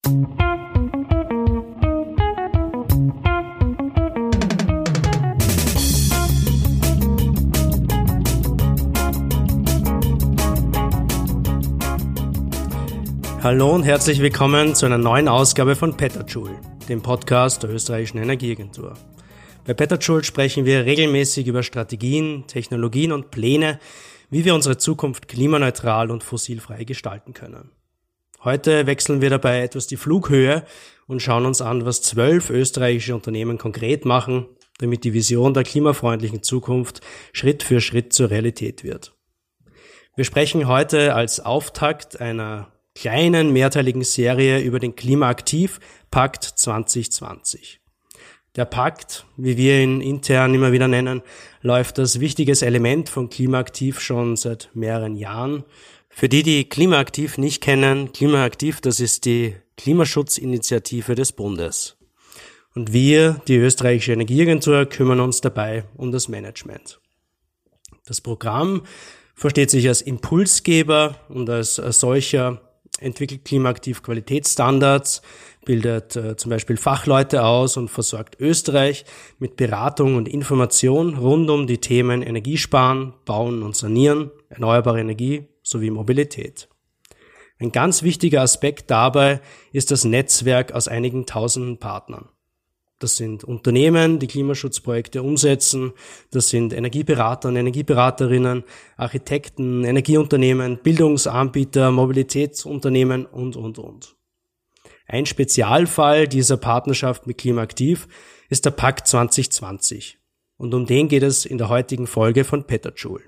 Hallo und herzlich willkommen zu einer neuen Ausgabe von Petajoule, dem Podcast der Österreichischen Energieagentur. Bei Petajoule sprechen wir regelmäßig über Strategien, Technologien und Pläne, wie wir unsere Zukunft klimaneutral und fossilfrei gestalten können. Heute wechseln wir dabei etwas die Flughöhe und schauen uns an, was 12 österreichische Unternehmen konkret machen, damit die Vision der klimafreundlichen Zukunft Schritt für Schritt zur Realität wird. Wir sprechen heute als Auftakt einer kleinen mehrteiligen Serie über den Klimaaktiv-Pakt 2020. Der Pakt, wie wir ihn intern immer wieder nennen, läuft als wichtiges Element von Klimaaktiv schon seit mehreren Jahren. Für die Klimaaktiv nicht kennen, Klimaaktiv, das ist die Klimaschutzinitiative des Bundes. Und wir, die Österreichische Energieagentur, kümmern uns dabei um das Management. Das Programm versteht sich als Impulsgeber und als solcher entwickelt Klimaaktiv Qualitätsstandards, bildet zum Beispiel Fachleute aus und versorgt Österreich mit Beratung und Information rund um die Themen Energiesparen, Bauen und Sanieren, erneuerbare Energie sowie Mobilität. Ein ganz wichtiger Aspekt dabei ist das Netzwerk aus einigen tausenden Partnern. Das sind Unternehmen, die Klimaschutzprojekte umsetzen, das sind Energieberater und Energieberaterinnen, Architekten, Energieunternehmen, Bildungsanbieter, Mobilitätsunternehmen und. Ein Spezialfall dieser Partnerschaft mit Klimaaktiv ist der Pakt 2020 und um den geht es in der heutigen Folge von Petajoule.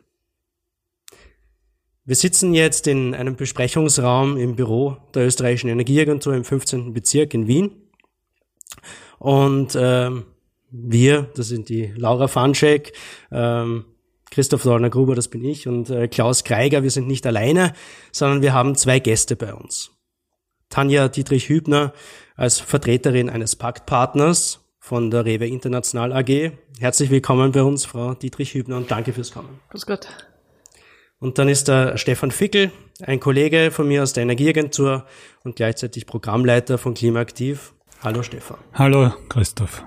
Wir sitzen jetzt in einem Besprechungsraum im Büro der Österreichischen Energieagentur im 15. Bezirk in Wien. Und wir, das sind die Laura Fanschek, Christoph Dollner-Gruber, das bin ich, und Klaus Kreiger, wir sind nicht alleine, sondern wir haben zwei Gäste bei uns. Tanja Dietrich-Hübner als Vertreterin eines Paktpartners von der REWE International AG. Herzlich willkommen bei uns, Frau Dietrich-Hübner, und danke fürs Kommen. Grüß Gott. Und dann ist der Stefan Fickel, ein Kollege von mir aus der Energieagentur und gleichzeitig Programmleiter von Klimaaktiv. Hallo Stefan. Hallo Christoph.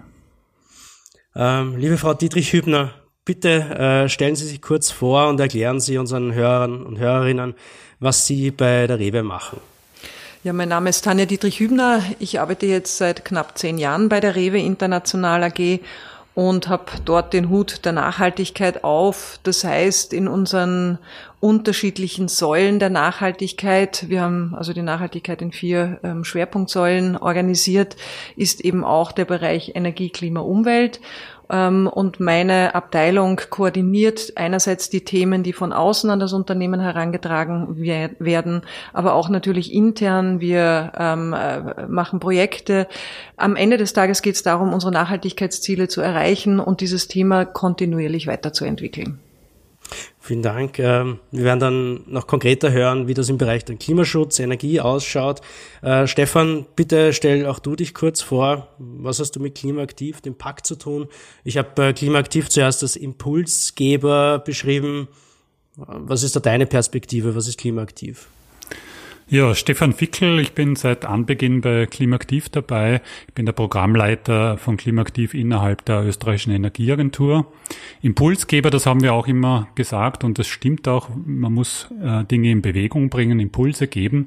Liebe Frau Dietrich-Hübner, bitte stellen Sie sich kurz vor und erklären Sie unseren Hörern und Hörerinnen, was Sie bei der REWE machen. Ja, mein Name ist Tanja Dietrich-Hübner. Ich arbeite jetzt seit knapp 10 Jahren bei der REWE International AG und habe dort den Hut der Nachhaltigkeit auf. Das heißt, in unseren unterschiedlichen Säulen der Nachhaltigkeit, wir haben also die Nachhaltigkeit in 4 Schwerpunktsäulen organisiert, ist eben auch der Bereich Energie, Klima, Umwelt. Und meine Abteilung koordiniert einerseits die Themen, die von außen an das Unternehmen herangetragen werden, aber auch natürlich intern. Wir machen Projekte. Am Ende des Tages geht es darum, unsere Nachhaltigkeitsziele zu erreichen und dieses Thema kontinuierlich weiterzuentwickeln. Vielen Dank. Wir werden dann noch konkreter hören, wie das im Bereich der Klimaschutz, Energie ausschaut. Stefan, bitte stell auch du dich kurz vor. Was hast du mit Klimaaktiv, dem Pakt, zu tun? Ich habe Klimaaktiv zuerst als Impulsgeber beschrieben. Was ist da deine Perspektive? Was ist Klimaaktiv? Ja, Stefan Fickel, ich bin seit Anbeginn bei Klimaaktiv dabei. Ich bin der Programmleiter von Klimaaktiv innerhalb der Österreichischen Energieagentur. Impulsgeber, das haben wir auch immer gesagt und das stimmt auch. Man muss Dinge in Bewegung bringen, Impulse geben.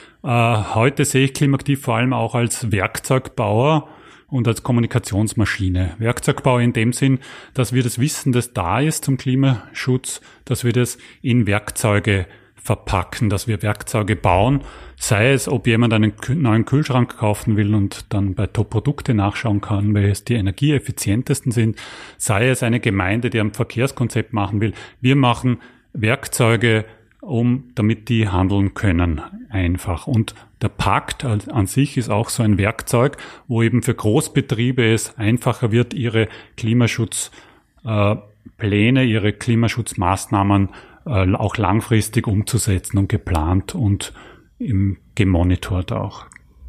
Heute sehe ich Klimaaktiv vor allem auch als Werkzeugbauer und als Kommunikationsmaschine. Werkzeugbau in dem Sinn, dass wir das Wissen, das da ist zum Klimaschutz, dass wir das in Werkzeuge verpacken, dass wir Werkzeuge bauen, sei es, ob jemand einen neuen Kühlschrank kaufen will und dann bei Top-Produkte nachschauen kann, welches die energieeffizientesten sind, sei es eine Gemeinde, die ein Verkehrskonzept machen will. Wir machen Werkzeuge, damit die handeln können, einfach. Und der Pakt an sich ist auch so ein Werkzeug, wo eben für Großbetriebe es einfacher wird, ihre Klimaschutzpläne, ihre Klimaschutzmaßnahmen auch langfristig umzusetzen und geplant und gemonitort auch.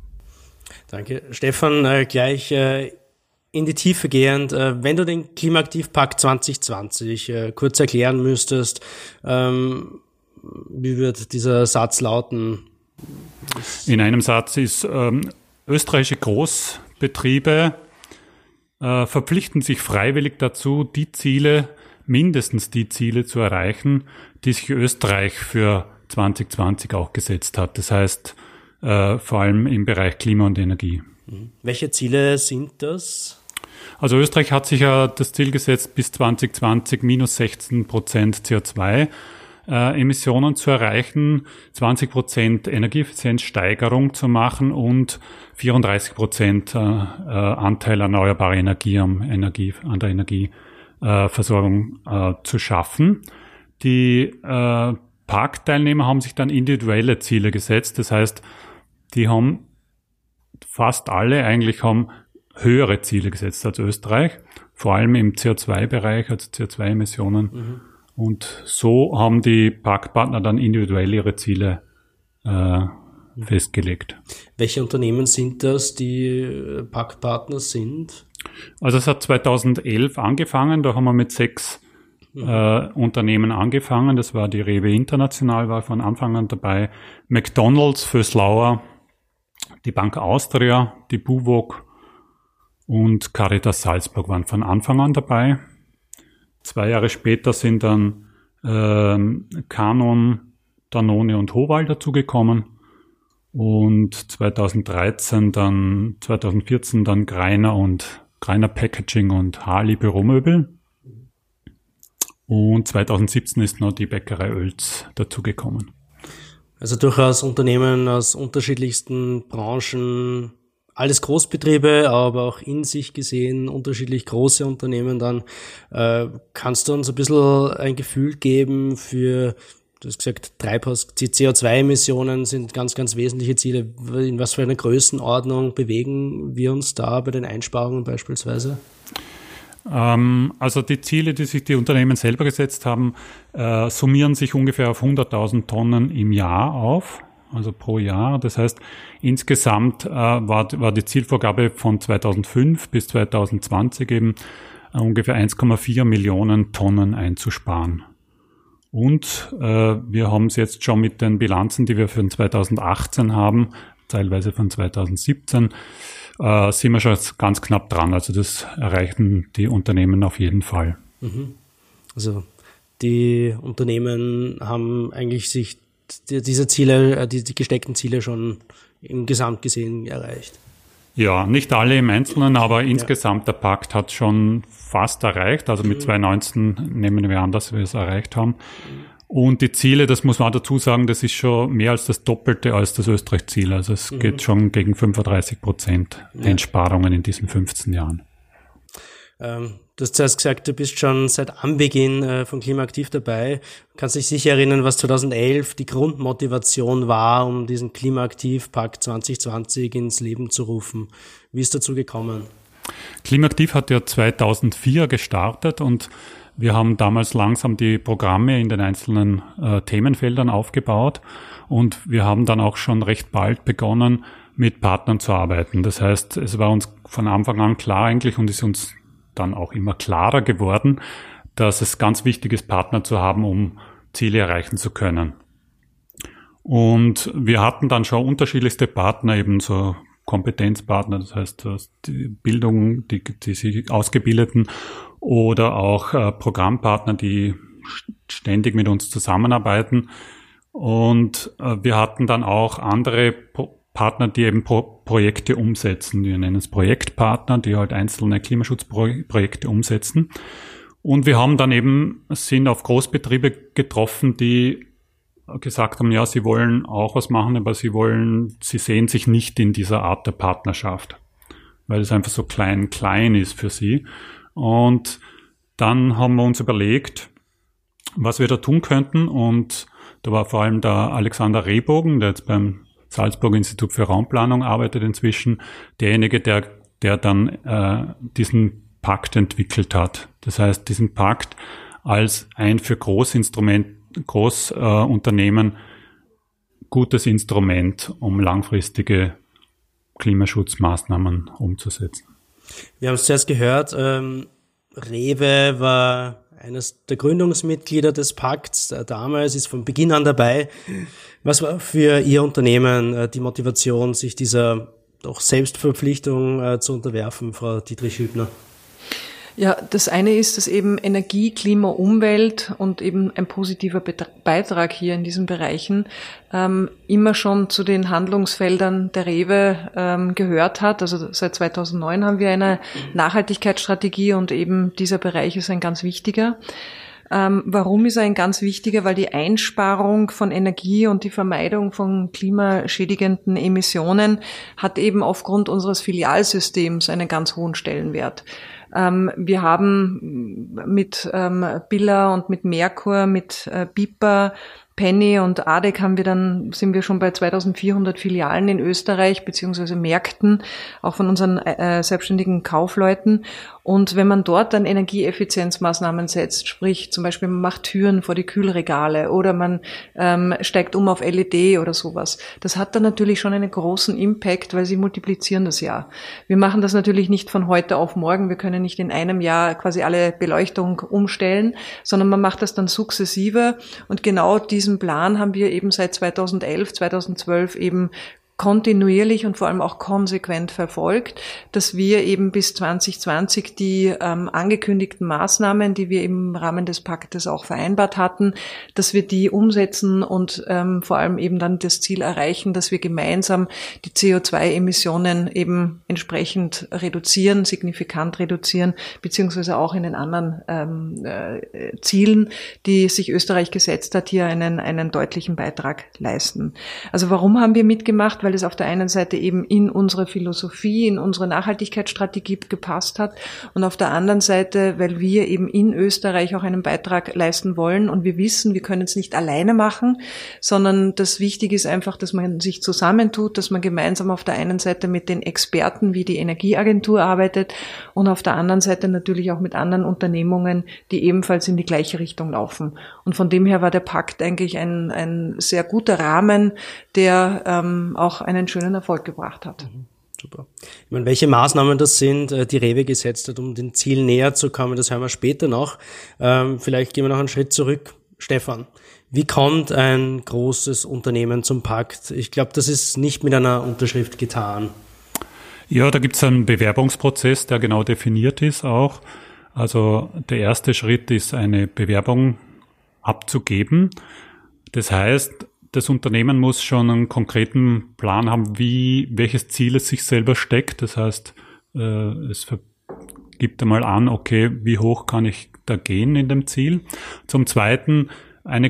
Danke. Stefan, gleich in die Tiefe gehend, wenn du den Klimaaktiv-Pakt 2020 kurz erklären müsstest, wie wird dieser Satz lauten? In einem Satz ist österreichische Großbetriebe verpflichten sich freiwillig dazu, mindestens die Ziele zu erreichen, die sich Österreich für 2020 auch gesetzt hat. Das heißt, vor allem im Bereich Klima und Energie. Welche Ziele sind das? Also Österreich hat sich ja das Ziel gesetzt, bis 2020 minus 16% CO2 Emissionen zu erreichen, 20% Energieeffizienzsteigerung zu machen und 34% Anteil erneuerbarer Energie an der Energieversorgung zu schaffen. Die Parkteilnehmer haben sich dann individuelle Ziele gesetzt. Das heißt, die haben fast alle haben höhere Ziele gesetzt als Österreich, vor allem im CO2-Bereich, also CO2-Emissionen. Mhm. Und so haben die Parkpartner dann individuell ihre Ziele festgelegt. Welche Unternehmen sind das, die Parkpartner sind? Also es hat 2011 angefangen, da haben wir mit 6 Unternehmen angefangen. Das war die Rewe International, war von Anfang an dabei, McDonald's, Vöslauer, die Bank Austria, die Buwog und Caritas Salzburg waren von Anfang an dabei. 2 Jahre später sind dann Canon, Danone und Hoval dazugekommen und 2014 dann Greiner Packaging und Harley Büromöbel und 2017 ist noch die Bäckerei Oelz dazugekommen. Also durchaus Unternehmen aus unterschiedlichsten Branchen, alles Großbetriebe, aber auch in sich gesehen unterschiedlich große Unternehmen dann. Kannst du uns ein bisschen ein Gefühl geben für, du hast gesagt, CO2-Emissionen sind ganz, ganz wesentliche Ziele. In was für einer Größenordnung bewegen wir uns da bei den Einsparungen beispielsweise? Also die Ziele, die sich die Unternehmen selber gesetzt haben, summieren sich ungefähr auf 100.000 Tonnen im Jahr auf, also pro Jahr. Das heißt, insgesamt war die Zielvorgabe von 2005 bis 2020 eben ungefähr 1,4 Millionen Tonnen einzusparen. Und wir haben es jetzt schon mit den Bilanzen, die wir für 2018 haben, teilweise von 2017, sind wir schon ganz knapp dran. Also das erreichen die Unternehmen auf jeden Fall. Also die Unternehmen haben eigentlich sich diese Ziele, die gesteckten Ziele schon im Gesamt gesehen erreicht. Ja, nicht alle im Einzelnen, aber insgesamt der Pakt hat schon fast erreicht. Also mit 2019 nehmen wir an, dass wir es erreicht haben. Und die Ziele, das muss man dazu sagen, das ist schon mehr als das Doppelte als das Österreich-Ziel. Also es geht schon gegen 35% Einsparungen in diesen 15 Jahren. Du hast zuerst gesagt, du bist schon seit Anbeginn von Klimaaktiv dabei. Du kannst dich sicher erinnern, was 2011 die Grundmotivation war, um diesen Klimaaktiv-Pakt 2020 ins Leben zu rufen. Wie ist dazu gekommen? Klimaaktiv hat ja 2004 gestartet und wir haben damals langsam die Programme in den einzelnen Themenfeldern aufgebaut und wir haben dann auch schon recht bald begonnen, mit Partnern zu arbeiten. Das heißt, es war uns von Anfang an klar eigentlich und ist uns dann auch immer klarer geworden, dass es ganz wichtig ist, Partner zu haben, um Ziele erreichen zu können. Und wir hatten dann schon unterschiedlichste Partner, eben so Kompetenzpartner, das heißt die Bildung, die sich Ausgebildeten oder auch Programmpartner, die ständig mit uns zusammenarbeiten. Und wir hatten dann auch andere Partner, die eben Projekte umsetzen. Wir nennen es Projektpartner, die halt einzelne Klimaschutzprojekte umsetzen. Und wir haben dann sind auf Großbetriebe getroffen, die gesagt haben, ja, sie wollen auch was machen, aber sie sehen sich nicht in dieser Art der Partnerschaft, weil es einfach so klein ist für sie. Und dann haben wir uns überlegt, was wir da tun könnten. Und da war vor allem der Alexander Rehbogen, der jetzt beim Salzburger Institut für Raumplanung arbeitet inzwischen, derjenige, der dann diesen Pakt entwickelt hat. Das heißt, diesen Pakt als ein für Großunternehmen gutes Instrument, um langfristige Klimaschutzmaßnahmen umzusetzen. Wir haben es zuerst gehört, Rewe war eines der Gründungsmitglieder des Pakts damals, ist von Beginn an dabei. Was war für Ihr Unternehmen die Motivation, sich dieser doch Selbstverpflichtung zu unterwerfen, Frau Dietrich-Hübner? Ja, das eine ist, dass eben Energie, Klima, Umwelt und eben ein positiver Beitrag hier in diesen Bereichen immer schon zu den Handlungsfeldern der Rewe gehört hat. Also seit 2009 haben wir eine Nachhaltigkeitsstrategie und eben dieser Bereich ist ein ganz wichtiger. Warum ist er ein ganz wichtiger? Weil die Einsparung von Energie und die Vermeidung von klimaschädigenden Emissionen hat eben aufgrund unseres Filialsystems einen ganz hohen Stellenwert. Wir haben mit Billa und mit Merkur, mit Bipa, Penny und ADEC sind wir schon bei 2400 Filialen in Österreich, beziehungsweise Märkten, auch von unseren selbstständigen Kaufleuten. Und wenn man dort dann Energieeffizienzmaßnahmen setzt, sprich zum Beispiel man macht Türen vor die Kühlregale oder man steigt um auf LED oder sowas, das hat dann natürlich schon einen großen Impact, weil sie multiplizieren das ja. Wir machen das natürlich nicht von heute auf morgen, wir können nicht in einem Jahr quasi alle Beleuchtung umstellen, sondern man macht das dann sukzessive und genau diesen Plan haben wir eben seit 2011, 2012 eben kontinuierlich und vor allem auch konsequent verfolgt, dass wir eben bis 2020 die angekündigten Maßnahmen, die wir im Rahmen des Paktes auch vereinbart hatten, dass wir die umsetzen und vor allem eben dann das Ziel erreichen, dass wir gemeinsam die CO2-Emissionen eben entsprechend reduzieren, signifikant reduzieren, beziehungsweise auch in den anderen Zielen, die sich Österreich gesetzt hat, hier einen deutlichen Beitrag leisten. Also warum haben wir mitgemacht? Weil es auf der einen Seite eben in unsere Philosophie, in unsere Nachhaltigkeitsstrategie gepasst hat und auf der anderen Seite, weil wir eben in Österreich auch einen Beitrag leisten wollen und wir wissen, wir können es nicht alleine machen, sondern das Wichtige ist einfach, dass man sich zusammentut, dass man gemeinsam auf der einen Seite mit den Experten wie die Energieagentur arbeitet und auf der anderen Seite natürlich auch mit anderen Unternehmungen, die ebenfalls in die gleiche Richtung laufen. Und von dem her war der Pakt eigentlich ein sehr guter Rahmen, der auch einen schönen Erfolg gebracht hat. Super. Ich meine, welche Maßnahmen das sind, die Rewe gesetzt hat, um den Ziel näher zu kommen, das hören wir später noch. Vielleicht gehen wir noch einen Schritt zurück. Stefan, wie kommt ein großes Unternehmen zum Pakt? Ich glaube, das ist nicht mit einer Unterschrift getan. Ja, da gibt es einen Bewerbungsprozess, der genau definiert ist auch. Also der erste Schritt ist, eine Bewerbung abzugeben. Das heißt, das Unternehmen muss schon einen konkreten Plan haben, welches Ziel es sich selber steckt. Das heißt, es gibt einmal an, okay, wie hoch kann ich da gehen in dem Ziel. Zum Zweiten eine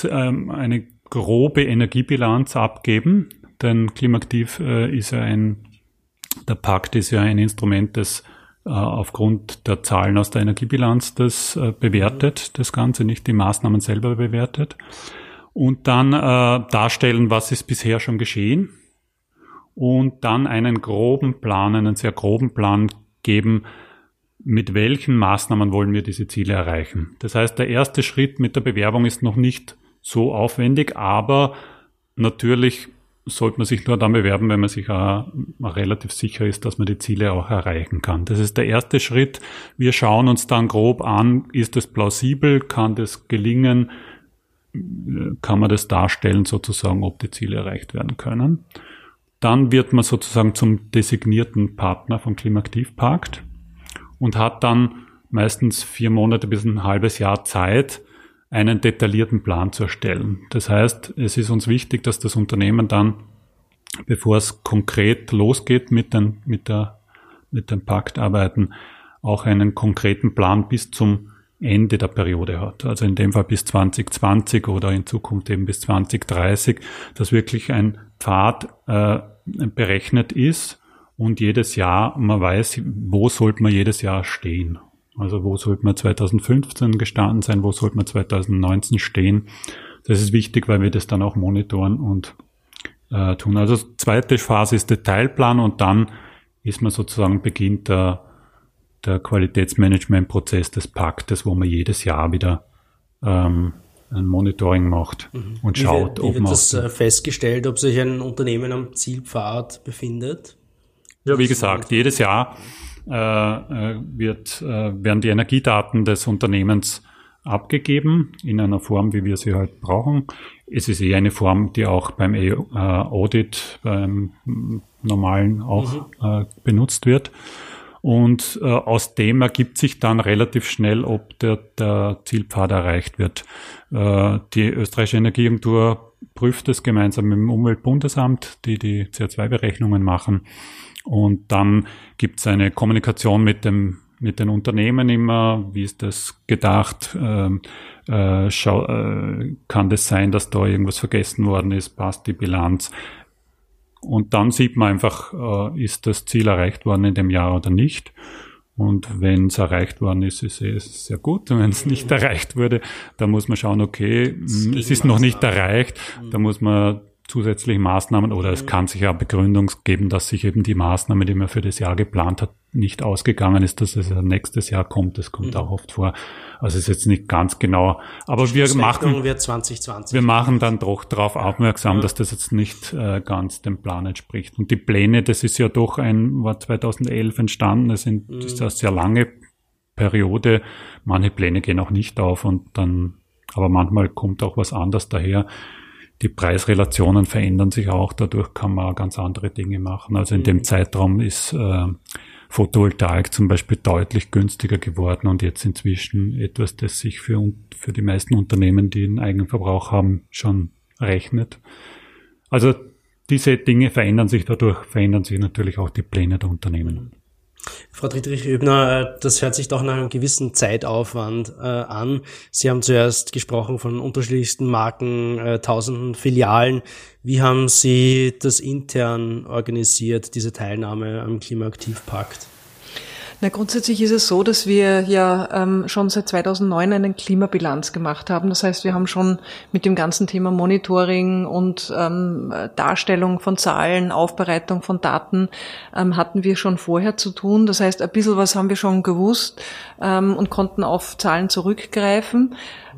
grobe Energiebilanz abgeben, denn Klimaaktiv ist ja der Pakt ist ja ein Instrument, das aufgrund der Zahlen aus der Energiebilanz das bewertet, das Ganze, nicht die Maßnahmen selber bewertet. Und dann darstellen, was ist bisher schon geschehen und dann einen sehr groben Plan geben, mit welchen Maßnahmen wollen wir diese Ziele erreichen. Das heißt, der erste Schritt mit der Bewerbung ist noch nicht so aufwendig, aber natürlich sollte man sich nur dann bewerben, wenn man sich relativ sicher ist, dass man die Ziele auch erreichen kann. Das ist der erste Schritt. Wir schauen uns dann grob an, ist es plausibel, kann das gelingen, kann man das darstellen sozusagen, ob die Ziele erreicht werden können. Dann wird man sozusagen zum designierten Partner vom Klimaaktiv-Pakt und hat dann meistens 4 Monate bis ein halbes Jahr Zeit, einen detaillierten Plan zu erstellen. Das heißt, es ist uns wichtig, dass das Unternehmen dann, bevor es konkret losgeht mit dem Paktarbeiten, auch einen konkreten Plan bis zum Ende der Periode hat. Also in dem Fall bis 2020 oder in Zukunft eben bis 2030, dass wirklich ein Pfad berechnet ist und jedes Jahr man weiß, wo sollte man jedes Jahr stehen. Also wo sollte man 2015 gestanden sein, wo sollte man 2019 stehen. Das ist wichtig, weil wir das dann auch monitoren und tun. Also zweite Phase ist Detailplan und dann ist man sozusagen beginnt der Qualitätsmanagementprozess des Paktes, wo man jedes Jahr wieder ein Monitoring macht und schaut, ob man... Wie wird das festgestellt, ob sich ein Unternehmen am Zielpfad befindet? Ja, wie gesagt, jedes Jahr werden die Energiedaten des Unternehmens abgegeben in einer Form, wie wir sie halt brauchen. Es ist eher eine Form, die auch beim Audit, beim normalen auch benutzt wird. Und aus dem ergibt sich dann relativ schnell, ob der Zielpfad erreicht wird. Die österreichische Energieagentur prüft es gemeinsam mit dem Umweltbundesamt, die CO2-Berechnungen machen. Und dann gibt es eine Kommunikation mit den Unternehmen immer. Wie ist das gedacht? Kann das sein, dass da irgendwas vergessen worden ist? Passt die Bilanz? Und dann sieht man einfach, ist das Ziel erreicht worden in dem Jahr oder nicht. Und wenn es erreicht worden ist, ist es sehr gut. Und wenn es nicht erreicht wurde, dann muss man schauen, okay, es ist noch nicht erreicht. Da muss man zusätzliche Maßnahmen oder es kann sich ja Begründung geben, dass sich eben die Maßnahme, die man für das Jahr geplant hat, nicht ausgegangen ist, dass es nächstes Jahr kommt. Das kommt auch oft vor. Also es ist jetzt nicht ganz genau. Aber wir machen dann doch darauf aufmerksam, dass das jetzt nicht ganz dem Plan entspricht. Und die Pläne, das ist ja doch war 2011 entstanden. Das ist eine sehr lange Periode. Manche Pläne gehen auch nicht auf aber manchmal kommt auch was anderes daher. Die Preisrelationen verändern sich auch, dadurch kann man ganz andere Dinge machen. Also in dem Zeitraum ist Photovoltaik zum Beispiel deutlich günstiger geworden und jetzt inzwischen etwas, das sich für die meisten Unternehmen, die einen eigenen Verbrauch haben, schon rechnet. Also diese Dinge verändern sich, dadurch verändern sich natürlich auch die Pläne der Unternehmen. Frau Dietrich-Hübner, das hört sich doch nach einem gewissen Zeitaufwand an. Sie haben zuerst gesprochen von unterschiedlichsten Marken, tausenden Filialen. Wie haben Sie das intern organisiert, diese Teilnahme am Klimaaktivpakt? Na, grundsätzlich ist es so, dass wir ja schon seit 2009 eine Klimabilanz gemacht haben. Das heißt, wir haben schon mit dem ganzen Thema Monitoring und Darstellung von Zahlen, Aufbereitung von Daten hatten wir schon vorher zu tun. Das heißt, ein bisschen was haben wir schon gewusst und konnten auf Zahlen zurückgreifen.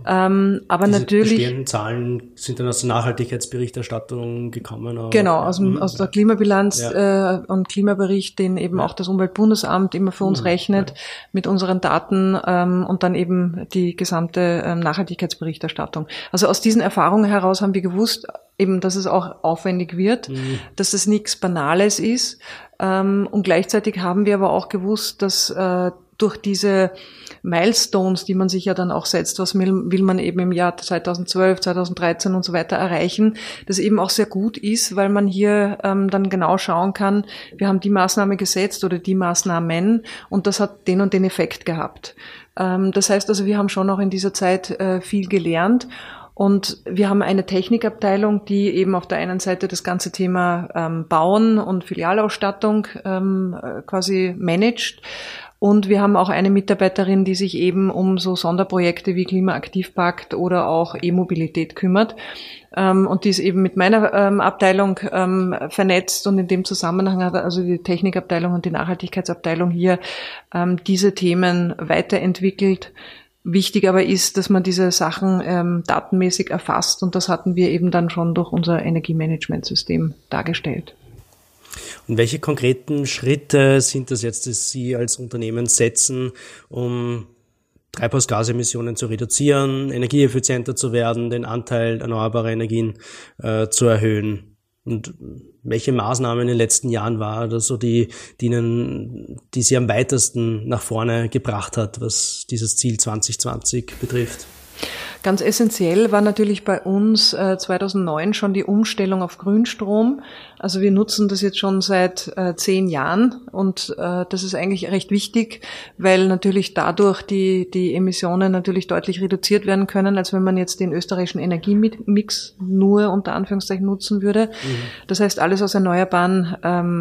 Aber diese natürlich bestehenden Zahlen sind dann aus der Nachhaltigkeitsberichterstattung gekommen. Oder? Genau, aus der Klimabilanz und Klimabericht, den eben auch das Umweltbundesamt immer für uns rechnet mit unseren Daten und dann eben die gesamte Nachhaltigkeitsberichterstattung. Also aus diesen Erfahrungen heraus haben wir gewusst, eben, dass es auch aufwendig wird, dass es nichts Banales ist und gleichzeitig haben wir aber auch gewusst, dass durch diese Milestones, die man sich ja dann auch setzt, was will man eben im Jahr 2012, 2013 und so weiter erreichen, das eben auch sehr gut ist, weil man hier dann genau schauen kann, wir haben die Maßnahme gesetzt oder die Maßnahmen und das hat den und den Effekt gehabt. Das heißt also, wir haben schon auch in dieser Zeit viel gelernt. Und wir haben eine Technikabteilung, die eben auf der einen Seite das ganze Thema Bauen und Filialausstattung quasi managt. Und wir haben auch eine Mitarbeiterin, die sich eben um so Sonderprojekte wie Klimaaktivpakt oder auch E-Mobilität kümmert. Und die ist eben mit meiner Abteilung vernetzt und in dem Zusammenhang hat also die Technikabteilung und die Nachhaltigkeitsabteilung hier diese Themen weiterentwickelt. Wichtig aber ist, dass man diese Sachen datenmäßig erfasst und das hatten wir eben dann schon durch unser Energiemanagementsystem dargestellt. Und welche konkreten Schritte sind das jetzt, die Sie als Unternehmen setzen, um Treibhausgasemissionen zu reduzieren, energieeffizienter zu werden, den Anteil erneuerbarer Energien zu erhöhen? Und welche Maßnahmen in den letzten Jahren war das so, die Sie am weitesten nach vorne gebracht hat, was dieses Ziel 2020 betrifft? Ganz essentiell war natürlich bei uns 2009 schon die Umstellung auf Grünstrom. Also wir nutzen das jetzt schon seit 10 Jahren und das ist eigentlich recht wichtig, weil natürlich dadurch die Emissionen natürlich deutlich reduziert werden können, als wenn man jetzt den österreichischen Energiemix nur unter Anführungszeichen nutzen würde. Das heißt alles aus erneuerbaren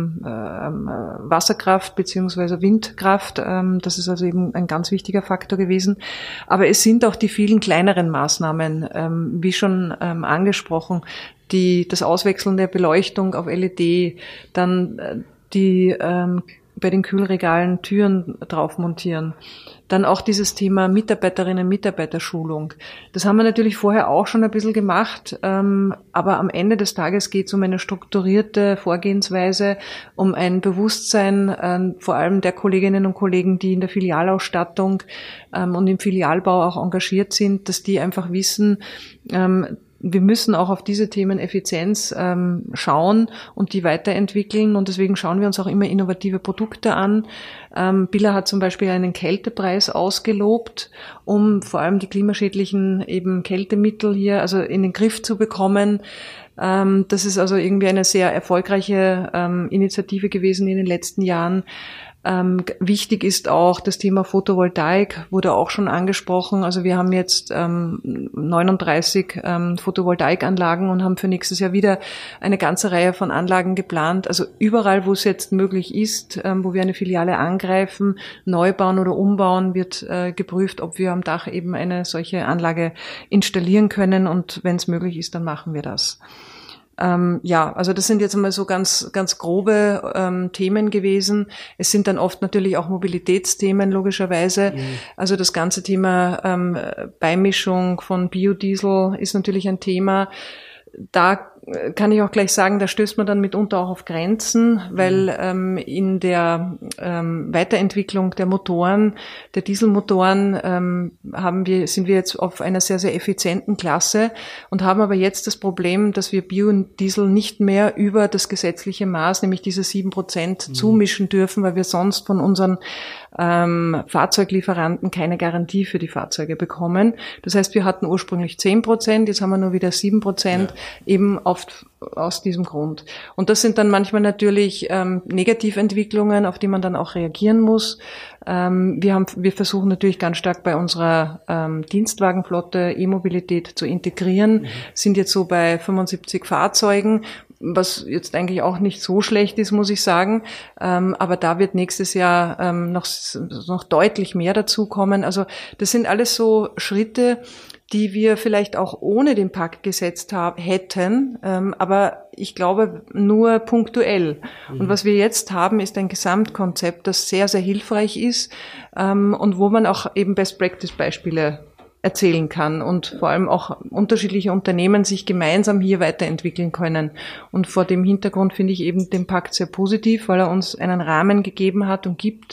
Wasserkraft beziehungsweise Windkraft. Das ist also eben ein ganz wichtiger Faktor gewesen. Aber es sind auch die vielen kleineren Maßnahmen, wie schon angesprochen, das Auswechseln der Beleuchtung auf LED, dann die bei den Kühlregalen Türen drauf montieren. Dann auch dieses Thema Mitarbeiterschulung. Das haben wir natürlich vorher auch schon ein bisschen gemacht, aber am Ende des Tages geht es um eine strukturierte Vorgehensweise, um ein Bewusstsein vor allem der Kolleginnen und Kollegen, die in der Filialausstattung und im Filialbau auch engagiert sind, dass die einfach wissen, wir müssen auch auf diese Themen Effizienz schauen und die weiterentwickeln, und deswegen schauen wir uns auch immer innovative Produkte an. Billa hat zum Beispiel einen Kältepreis ausgelobt, um vor allem die klimaschädlichen eben Kältemittel hier also in den Griff zu bekommen. Das ist also irgendwie eine sehr erfolgreiche Initiative gewesen in den letzten Jahren. Wichtig ist auch das Thema Photovoltaik, wurde auch schon angesprochen. Also wir haben jetzt 39 Photovoltaikanlagen und haben für nächstes Jahr wieder eine ganze Reihe von Anlagen geplant. Also überall, wo es jetzt möglich ist, wo wir eine Filiale angreifen, neu bauen oder umbauen, wird geprüft, ob wir am Dach eben eine solche Anlage installieren können, und wenn es möglich ist, dann machen wir das. Also das sind jetzt einmal so ganz grobe Themen gewesen. Es sind dann oft natürlich auch Mobilitätsthemen, logischerweise. Mhm. Also das ganze Thema Beimischung von Biodiesel ist natürlich ein Thema. Da kann ich auch gleich sagen, da stößt man dann mitunter auch auf Grenzen, weil in der Weiterentwicklung der Motoren, der Dieselmotoren, sind wir jetzt auf einer sehr, sehr effizienten Klasse und haben aber jetzt das Problem, dass wir Biodiesel nicht mehr über das gesetzliche Maß, nämlich diese 7% zumischen dürfen, weil wir sonst von unseren Fahrzeuglieferanten keine Garantie für die Fahrzeuge bekommen. Das heißt, wir hatten ursprünglich 10%, jetzt haben wir nur wieder 7%, eben aus diesem Grund. Und das sind dann manchmal natürlich Negativentwicklungen, auf die man dann auch reagieren muss. Wir versuchen natürlich ganz stark bei unserer Dienstwagenflotte E-Mobilität zu integrieren, sind jetzt so bei 75 Fahrzeugen, was jetzt eigentlich auch nicht so schlecht ist, muss ich sagen. Aber da wird nächstes Jahr noch deutlich mehr dazukommen. Also das sind alles so Schritte, die wir vielleicht auch ohne den Pakt gesetzt hätten, aber ich glaube nur punktuell. Und was wir jetzt haben, ist ein Gesamtkonzept, das sehr, sehr hilfreich ist und wo man auch eben Best-Practice-Beispiele erzählen kann und vor allem auch unterschiedliche Unternehmen sich gemeinsam hier weiterentwickeln können. Und vor dem Hintergrund finde ich eben den Pakt sehr positiv, weil er uns einen Rahmen gegeben hat und gibt,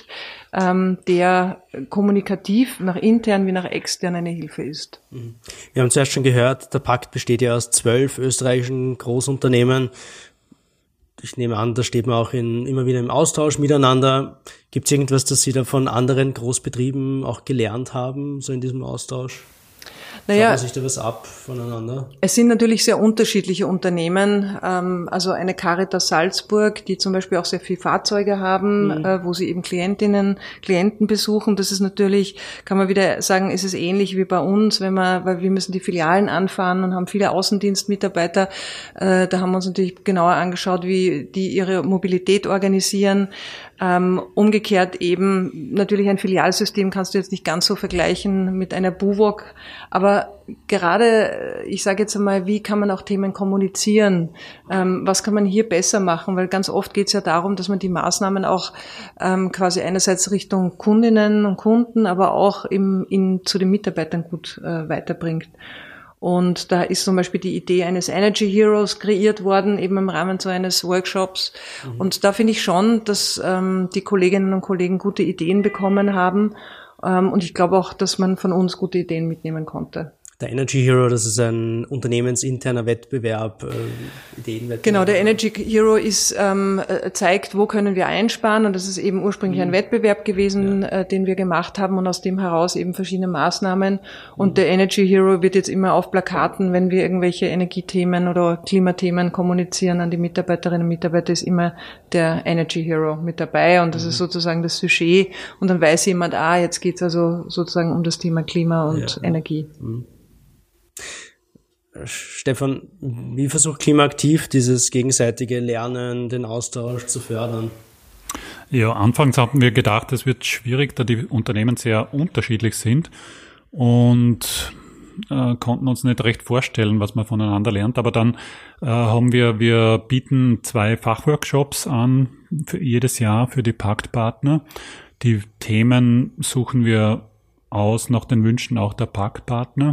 der kommunikativ nach intern wie nach extern eine Hilfe ist. Wir haben zuerst schon gehört, der Pakt besteht ja aus 12 österreichischen Großunternehmen. Ich nehme an, da steht man auch immer wieder im Austausch miteinander. Gibt es irgendwas, das Sie da von anderen Großbetrieben auch gelernt haben, so in diesem Austausch? Schaut man sich da was ab voneinander? Es sind natürlich sehr unterschiedliche Unternehmen. Also eine Caritas Salzburg, die zum Beispiel auch sehr viel Fahrzeuge haben, wo sie eben Klienten besuchen. Das ist natürlich, kann man wieder sagen, ist es ähnlich wie bei uns, weil wir müssen die Filialen anfahren und haben viele Außendienstmitarbeiter. Da haben wir uns natürlich genauer angeschaut, wie die ihre Mobilität organisieren. Umgekehrt eben, natürlich ein Filialsystem kannst du jetzt nicht ganz so vergleichen mit einer BUWOG, aber gerade, ich sage jetzt einmal, wie kann man auch Themen kommunizieren? Was kann man hier besser machen? Weil ganz oft geht es ja darum, dass man die Maßnahmen auch quasi einerseits Richtung Kundinnen und Kunden, aber auch zu den Mitarbeitern gut weiterbringt. Und da ist zum Beispiel die Idee eines Energy Heroes kreiert worden, eben im Rahmen so eines Workshops. Und da finde ich schon, dass die Kolleginnen und Kollegen gute Ideen bekommen haben. Und ich glaube auch, dass man von uns gute Ideen mitnehmen konnte. Der Energy Hero, das ist ein unternehmensinterner Wettbewerb, Ideenwettbewerb. Genau, der Energy Hero zeigt, wo können wir einsparen, und das ist eben ursprünglich ein Wettbewerb gewesen, den wir gemacht haben, und aus dem heraus eben verschiedene Maßnahmen. Und der Energy Hero wird jetzt immer auf Plakaten, wenn wir irgendwelche Energiethemen oder Klimathemen kommunizieren an die Mitarbeiterinnen und Mitarbeiter, ist immer der Energy Hero mit dabei, und das ist sozusagen das Sujet, und dann weiß jemand, jetzt geht's also sozusagen um das Thema Klima und Energie. Stefan, wie versucht Klimaaktiv dieses gegenseitige Lernen, den Austausch zu fördern? Ja, anfangs haben wir gedacht, es wird schwierig, da die Unternehmen sehr unterschiedlich sind. Und konnten uns nicht recht vorstellen, was man voneinander lernt. Aber dann wir bieten 2 Fachworkshops an für jedes Jahr für die Paktpartner. Die Themen suchen wir aus nach den Wünschen auch der Paktpartner.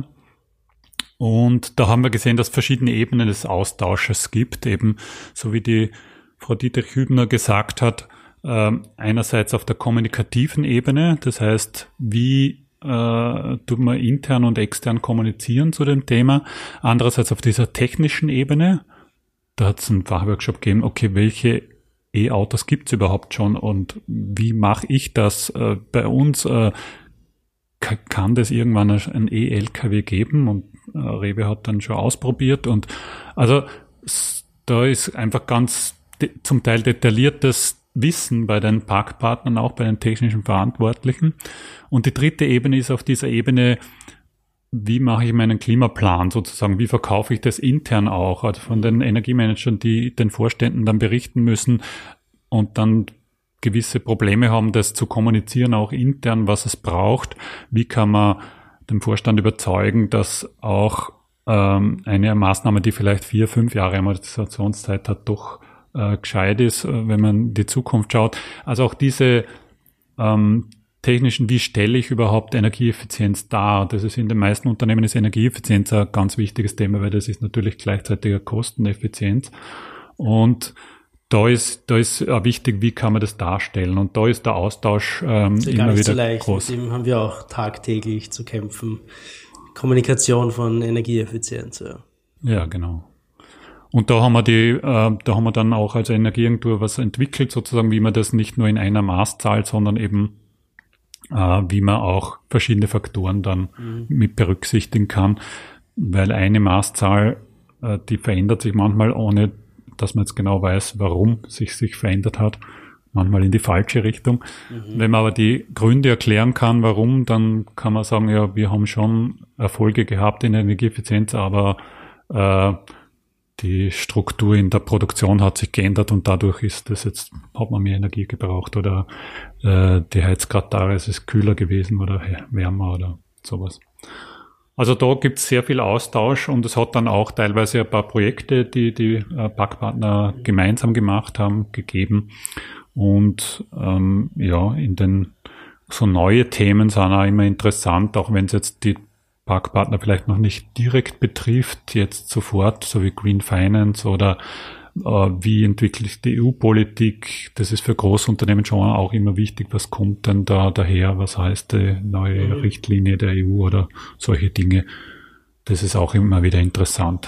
Und da haben wir gesehen, dass es verschiedene Ebenen des Austausches gibt, eben so wie die Frau Dietrich-Hübner gesagt hat, einerseits auf der kommunikativen Ebene, das heißt, wie tut man intern und extern kommunizieren zu dem Thema, andererseits auf dieser technischen Ebene, da hat es einen Fachworkshop gegeben, okay, welche E-Autos gibt es überhaupt schon und wie mache ich das bei uns? Kann das irgendwann ein E-LKW geben? Und Rewe hat dann schon ausprobiert und also da ist einfach ganz zum Teil detailliertes Wissen bei den Paktpartnern, auch bei den technischen Verantwortlichen. Und die dritte Ebene ist auf dieser Ebene, wie mache ich meinen Klimaplan sozusagen, wie verkaufe ich das intern auch, also von den Energiemanagern, die den Vorständen dann berichten müssen und dann gewisse Probleme haben, das zu kommunizieren, auch intern, was es braucht. Wie kann man den Vorstand überzeugen, dass auch eine Maßnahme, die vielleicht 4-5 Jahre Amortisationszeit hat, doch gescheit ist, wenn man in die Zukunft schaut. Also auch diese technischen, wie stelle ich überhaupt Energieeffizienz dar? Das ist in den meisten Unternehmen ist Energieeffizienz ein ganz wichtiges Thema, weil das ist natürlich gleichzeitig eine Kosteneffizienz. Und da ist auch wichtig, wie kann man das darstellen? Und da ist der Austausch immer wieder so leicht. groß. Mit dem haben wir auch tagtäglich zu kämpfen. Kommunikation von Energieeffizienz. Ja, genau. Und da haben wir dann auch als Energieagentur was entwickelt, sozusagen, wie man das nicht nur in einer Maßzahl, sondern eben wie man auch verschiedene Faktoren dann mit berücksichtigen kann, weil eine Maßzahl, die verändert sich manchmal, ohne dass man jetzt genau weiß, warum sich verändert hat, manchmal in die falsche Richtung. Wenn man aber die Gründe erklären kann, warum, dann kann man sagen, ja, wir haben schon Erfolge gehabt in der Energieeffizienz, aber die Struktur in der Produktion hat sich geändert und dadurch hat man mehr Energie gebraucht oder die Heizgrad da ist kühler gewesen oder wärmer oder sowas. Also da gibt es sehr viel Austausch und es hat dann auch teilweise ein paar Projekte, die Paktpartner gemeinsam gemacht haben, gegeben. Und in den so neue Themen sind auch immer interessant, auch wenn es jetzt die Paktpartner vielleicht noch nicht direkt betrifft, jetzt sofort, so wie Green Finance oder wie entwickle ich die EU-Politik. Das ist für Großunternehmen schon auch immer wichtig, was kommt denn da daher, was heißt die neue Richtlinie der EU oder solche Dinge. Das ist auch immer wieder interessant.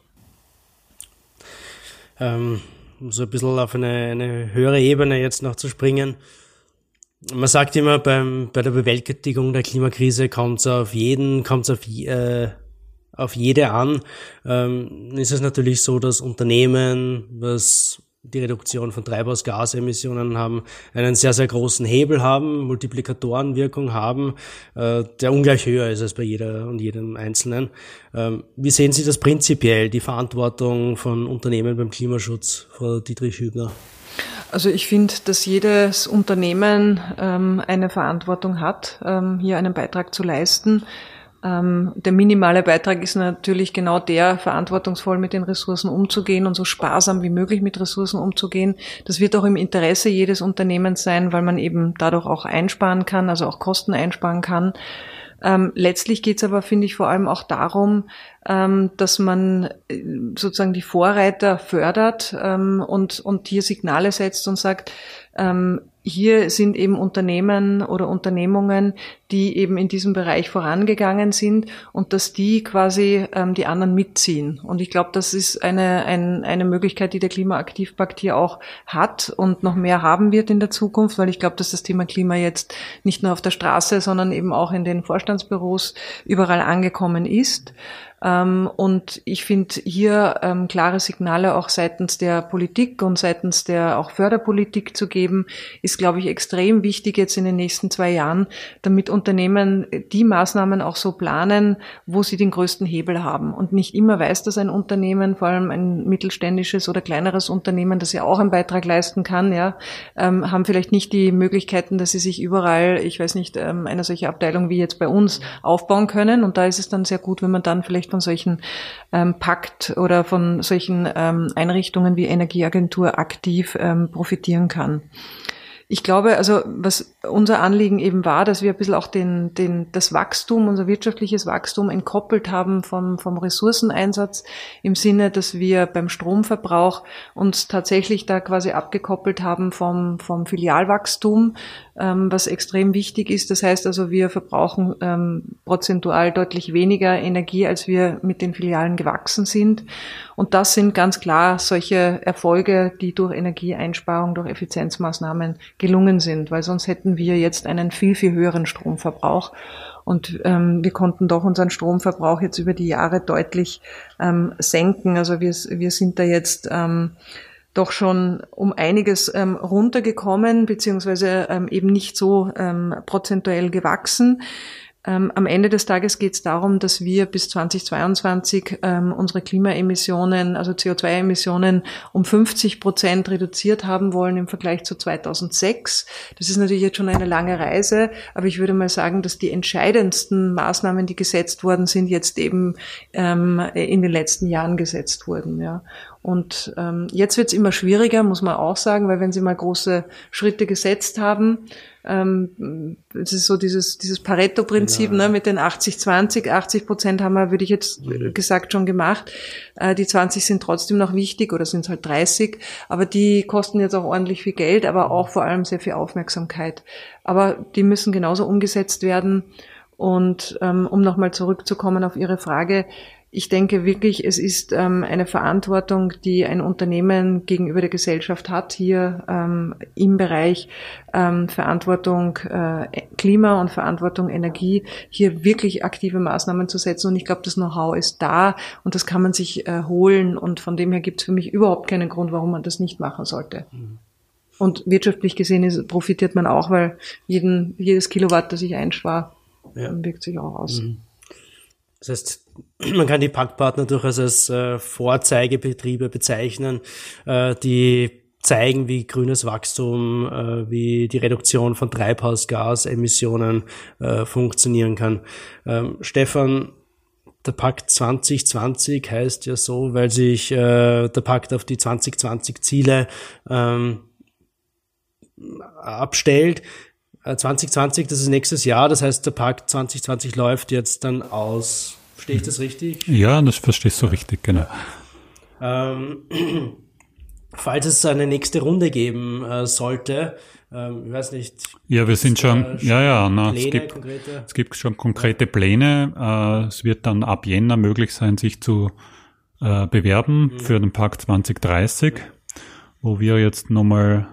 Um so ein bisschen auf eine höhere Ebene jetzt noch zu springen. Man sagt immer, bei der Bewältigung der Klimakrise kommt es auf jede an. Ist es natürlich so, dass Unternehmen, was die Reduktion von Treibhausgasemissionen haben, einen sehr, sehr großen Hebel haben, Multiplikatorenwirkung haben, der ungleich höher ist als bei jeder und jedem Einzelnen. Wie sehen Sie das prinzipiell, die Verantwortung von Unternehmen beim Klimaschutz, Frau Dietrich-Hübner? Also ich finde, dass jedes Unternehmen eine Verantwortung hat, hier einen Beitrag zu leisten. Der minimale Beitrag ist natürlich genau der, verantwortungsvoll mit den Ressourcen umzugehen und so sparsam wie möglich mit Ressourcen umzugehen. Das wird auch im Interesse jedes Unternehmens sein, weil man eben dadurch auch einsparen kann, also auch Kosten einsparen kann. Letztlich geht es aber, finde ich, vor allem auch darum, dass man sozusagen die Vorreiter fördert und hier Signale setzt und sagt, hier sind eben Unternehmen oder Unternehmungen, die eben in diesem Bereich vorangegangen sind und dass die quasi die anderen mitziehen. Und ich glaube, das ist eine Möglichkeit, die der Klimaaktivpakt hier auch hat und noch mehr haben wird in der Zukunft, weil ich glaube, dass das Thema Klima jetzt nicht nur auf der Straße, sondern eben auch in den Vorstandsbüros überall angekommen ist. Und ich finde hier klare Signale auch seitens der Politik und seitens der auch Förderpolitik zu geben, ist, glaube ich, extrem wichtig jetzt in den nächsten 2 Jahren, damit Unternehmen die Maßnahmen auch so planen, wo sie den größten Hebel haben. Und nicht immer weiß das ein Unternehmen, vor allem ein mittelständisches oder kleineres Unternehmen, das ja auch einen Beitrag leisten kann, ja, haben vielleicht nicht die Möglichkeiten, dass sie sich überall, ich weiß nicht, eine solche Abteilung wie jetzt bei uns aufbauen können. Und da ist es dann sehr gut, wenn man dann vielleicht von solchen Pakt oder von solchen Einrichtungen wie Energieagentur aktiv profitieren kann. Ich glaube, also was unser Anliegen eben war, dass wir ein bisschen auch das Wachstum, unser wirtschaftliches Wachstum entkoppelt haben vom Ressourceneinsatz im Sinne, dass wir beim Stromverbrauch uns tatsächlich da quasi abgekoppelt haben vom Filialwachstum, was extrem wichtig ist. Das heißt also, wir verbrauchen prozentual deutlich weniger Energie, als wir mit den Filialen gewachsen sind. Und das sind ganz klar solche Erfolge, die durch Energieeinsparung, durch Effizienzmaßnahmen gelungen sind, weil sonst hätten wir jetzt einen viel, viel höheren Stromverbrauch. Und wir konnten doch unseren Stromverbrauch jetzt über die Jahre deutlich senken. Also wir sind da jetzt doch schon um einiges runtergekommen, beziehungsweise eben nicht so prozentuell gewachsen. Am Ende des Tages geht es darum, dass wir bis 2022 unsere Klimaemissionen, also CO2-Emissionen, um 50% reduziert haben wollen im Vergleich zu 2006. Das ist natürlich jetzt schon eine lange Reise, aber ich würde mal sagen, dass die entscheidendsten Maßnahmen, die gesetzt worden sind, jetzt eben in den letzten Jahren gesetzt wurden. Ja. Und jetzt wird es immer schwieriger, muss man auch sagen, weil wenn Sie mal große Schritte gesetzt haben, es ist so dieses Pareto-Prinzip, genau, ne, mit den 80-20. 80% haben wir, würde ich jetzt gesagt, schon gemacht. Die 20 sind trotzdem noch wichtig oder sind es halt 30. Aber die kosten jetzt auch ordentlich viel Geld, aber auch vor allem sehr viel Aufmerksamkeit. Aber die müssen genauso umgesetzt werden. Und um nochmal zurückzukommen auf Ihre Frage, ich denke wirklich, es ist eine Verantwortung, die ein Unternehmen gegenüber der Gesellschaft hat, hier im Bereich Verantwortung Klima und Verantwortung Energie, hier wirklich aktive Maßnahmen zu setzen. Und ich glaube, das Know-how ist da und das kann man sich holen. Und von dem her gibt es für mich überhaupt keinen Grund, warum man das nicht machen sollte. Und wirtschaftlich gesehen profitiert man auch, weil jedes Kilowatt, das ich einspare, wirkt sich auch aus. Das heißt, man kann die Paktpartner durchaus als Vorzeigebetriebe bezeichnen, die zeigen, wie grünes Wachstum, wie die Reduktion von Treibhausgasemissionen funktionieren kann. Stefan, der Pakt 2020 heißt ja so, weil sich der Pakt auf die 2020-Ziele abstellt. 2020, das ist nächstes Jahr, das heißt, der Pakt 2020 läuft jetzt dann aus. Verstehe ich das richtig? Ja, das verstehst du richtig, genau. Falls es eine nächste Runde geben sollte, ich weiß nicht. Ja, wir sind schon, es gibt schon konkrete Pläne. Es wird dann ab Jänner möglich sein, sich zu bewerben für den Pakt 2030, wo wir jetzt nochmal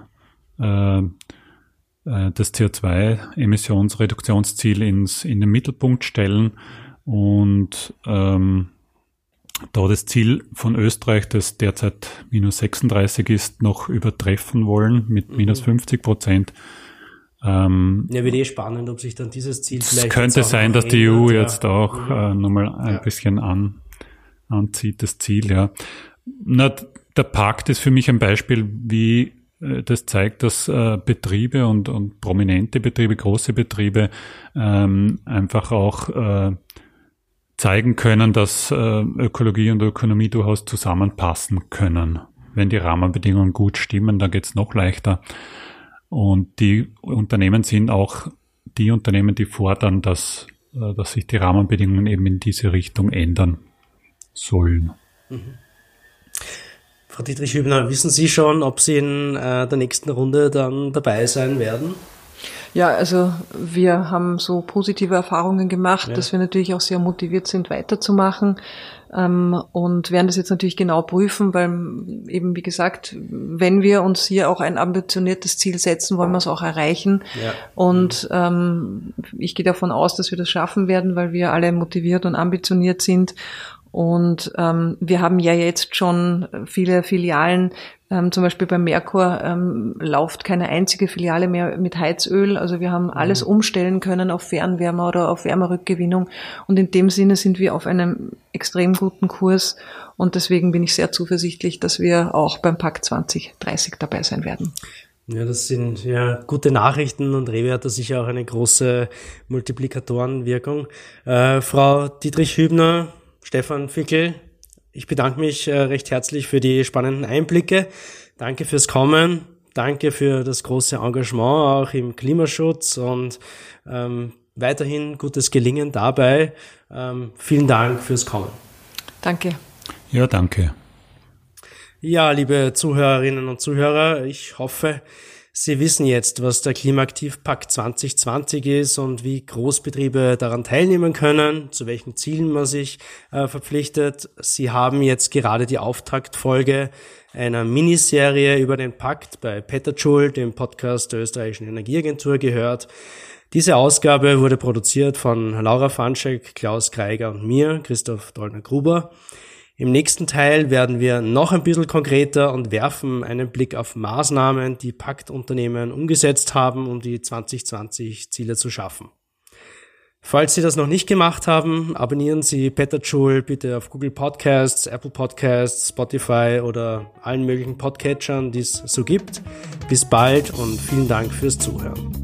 das CO2-Emissionsreduktionsziel in den Mittelpunkt stellen und da das Ziel von Österreich, das derzeit minus 36 ist, noch übertreffen wollen mit minus 50%. Wird spannend, ob sich dann dieses Ziel vielleicht... Es könnte sein, dass die EU jetzt auch nochmal ein bisschen anzieht, das Ziel, ja. Der Pakt ist für mich ein Beispiel, wie das zeigt, dass Betriebe und prominente Betriebe, große Betriebe einfach auch zeigen können, dass Ökologie und Ökonomie durchaus zusammenpassen können. Wenn die Rahmenbedingungen gut stimmen, dann geht's noch leichter. Und die Unternehmen sind auch die Unternehmen, die fordern, dass sich die Rahmenbedingungen eben in diese Richtung ändern sollen. Frau Dietrich-Hübner, wissen Sie schon, ob Sie in der nächsten Runde dann dabei sein werden? Ja, also wir haben so positive Erfahrungen gemacht, dass wir natürlich auch sehr motiviert sind, weiterzumachen und werden das jetzt natürlich genau prüfen, weil eben, wie gesagt, wenn wir uns hier auch ein ambitioniertes Ziel setzen, wollen wir es auch erreichen. Ja. Und ich gehe davon aus, dass wir das schaffen werden, weil wir alle motiviert und ambitioniert sind. Und wir haben ja jetzt schon viele Filialen, zum Beispiel bei Merkur läuft keine einzige Filiale mehr mit Heizöl. Also wir haben alles umstellen können auf Fernwärme oder auf Wärmerückgewinnung. Und in dem Sinne sind wir auf einem extrem guten Kurs. Und deswegen bin ich sehr zuversichtlich, dass wir auch beim Pakt 2030 dabei sein werden. Ja, das sind ja gute Nachrichten und Rewe hat da sicher auch eine große Multiplikatorenwirkung. Frau Dietrich-Hübner, Stefan Fickel, ich bedanke mich recht herzlich für die spannenden Einblicke. Danke fürs Kommen. Danke für das große Engagement auch im Klimaschutz und weiterhin gutes Gelingen dabei. Vielen Dank fürs Kommen. Danke. Ja, danke. Ja, liebe Zuhörerinnen und Zuhörer, ich hoffe, Sie wissen jetzt, was der Klimaaktiv-Pakt 2020 ist und wie Großbetriebe daran teilnehmen können, zu welchen Zielen man sich verpflichtet. Sie haben jetzt gerade die Auftaktfolge einer Miniserie über den Pakt bei Petajoule, dem Podcast der Österreichischen Energieagentur, gehört. Diese Ausgabe wurde produziert von Laura Fanschek, Klaus Greiger und mir, Christoph Dollner-Gruber. Im nächsten Teil werden wir noch ein bisschen konkreter und werfen einen Blick auf Maßnahmen, die Paktunternehmen umgesetzt haben, um die 2020-Ziele zu schaffen. Falls Sie das noch nicht gemacht haben, abonnieren Sie Petajoule bitte auf Google Podcasts, Apple Podcasts, Spotify oder allen möglichen Podcatchern, die es so gibt. Bis bald und vielen Dank fürs Zuhören.